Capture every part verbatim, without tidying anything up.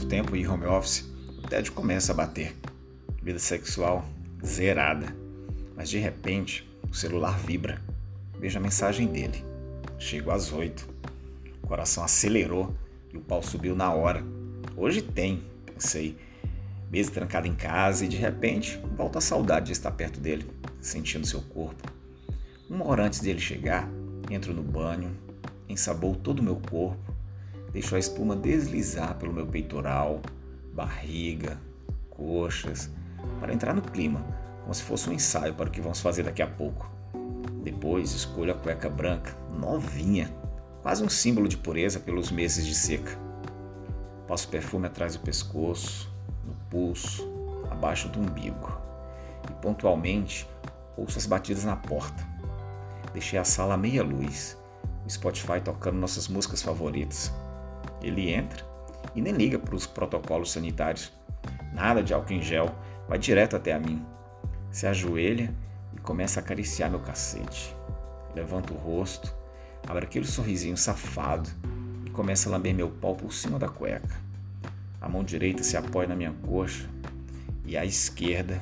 tanto tempo em home office, o tédio começa a bater. Vida sexual zerada. Mas de repente, o celular vibra. Vejo a mensagem dele. Chego às oito. O coração acelerou e o pau subiu na hora. Hoje tem, pensei. Mesa trancada em casa e de repente volta a saudade de estar perto dele, sentindo seu corpo. Uma hora antes dele chegar, entro no banho, ensabou todo o meu corpo, deixo a espuma deslizar pelo meu peitoral, barriga, coxas, para entrar no clima, como se fosse um ensaio para o que vamos fazer daqui a pouco. Depois escolho a cueca branca, novinha, quase um símbolo de pureza pelos meses de seca. Passo perfume atrás do pescoço, no pulso, abaixo do umbigo. E pontualmente ouço as batidas na porta. Deixei a sala à meia luz, o Spotify tocando nossas músicas favoritas. Ele entra e nem liga para os protocolos sanitários. Nada de álcool em gel, vai direto até a mim. Se ajoelha e começa a acariciar meu cacete. Levanta o rosto, abre aquele sorrisinho safado e começa a lamber meu pau por cima da cueca. A mão direita se apoia na minha coxa e a esquerda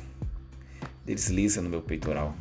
desliza no meu peitoral.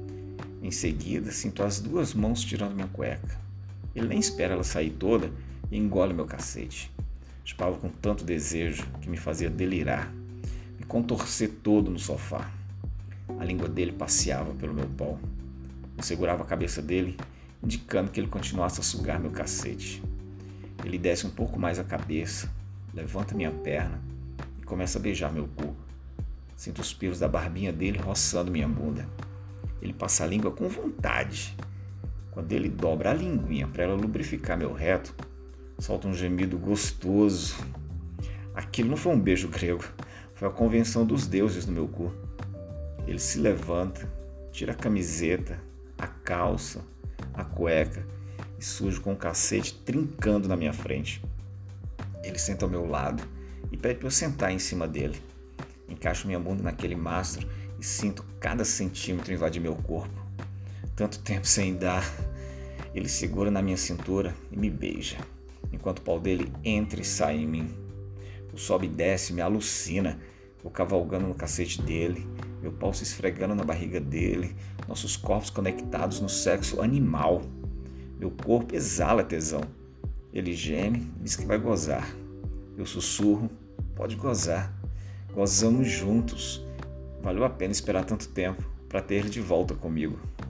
Em seguida, sinto as duas mãos tirando minha cueca. Ele nem espera ela sair toda e engole meu cacete. Chupava com tanto desejo que me fazia delirar, me contorcer todo no sofá. A língua dele passeava pelo meu pau. Eu segurava a cabeça dele, indicando que ele continuasse a sugar meu cacete. Ele desce um pouco mais a cabeça, levanta minha perna e começa a beijar meu cu. Sinto os pelos da barbinha dele roçando minha bunda. Ele passa a língua com vontade. Quando ele dobra a linguinha para ela lubrificar meu reto, solta um gemido gostoso. Aquilo não foi um beijo grego, foi a convenção dos deuses no meu cu. Ele se levanta, tira a camiseta, a calça, a cueca e sujo com o cacete trincando na minha frente. Ele senta ao meu lado e pede para eu sentar em cima dele. Encaixo minha bunda naquele mastro e sinto cada centímetro invadir meu corpo. Tanto tempo sem dar. Ele segura na minha cintura e me beija, enquanto o pau dele entra e sai em mim. O sobe e desce me alucina, eu cavalgando no cacete dele, meu pau se esfregando na barriga dele, nossos corpos conectados no sexo animal. Meu corpo exala tesão. Ele geme e diz que vai gozar. Eu sussurro, pode gozar. Gozamos juntos. Valeu a pena esperar tanto tempo para ter ele de volta comigo.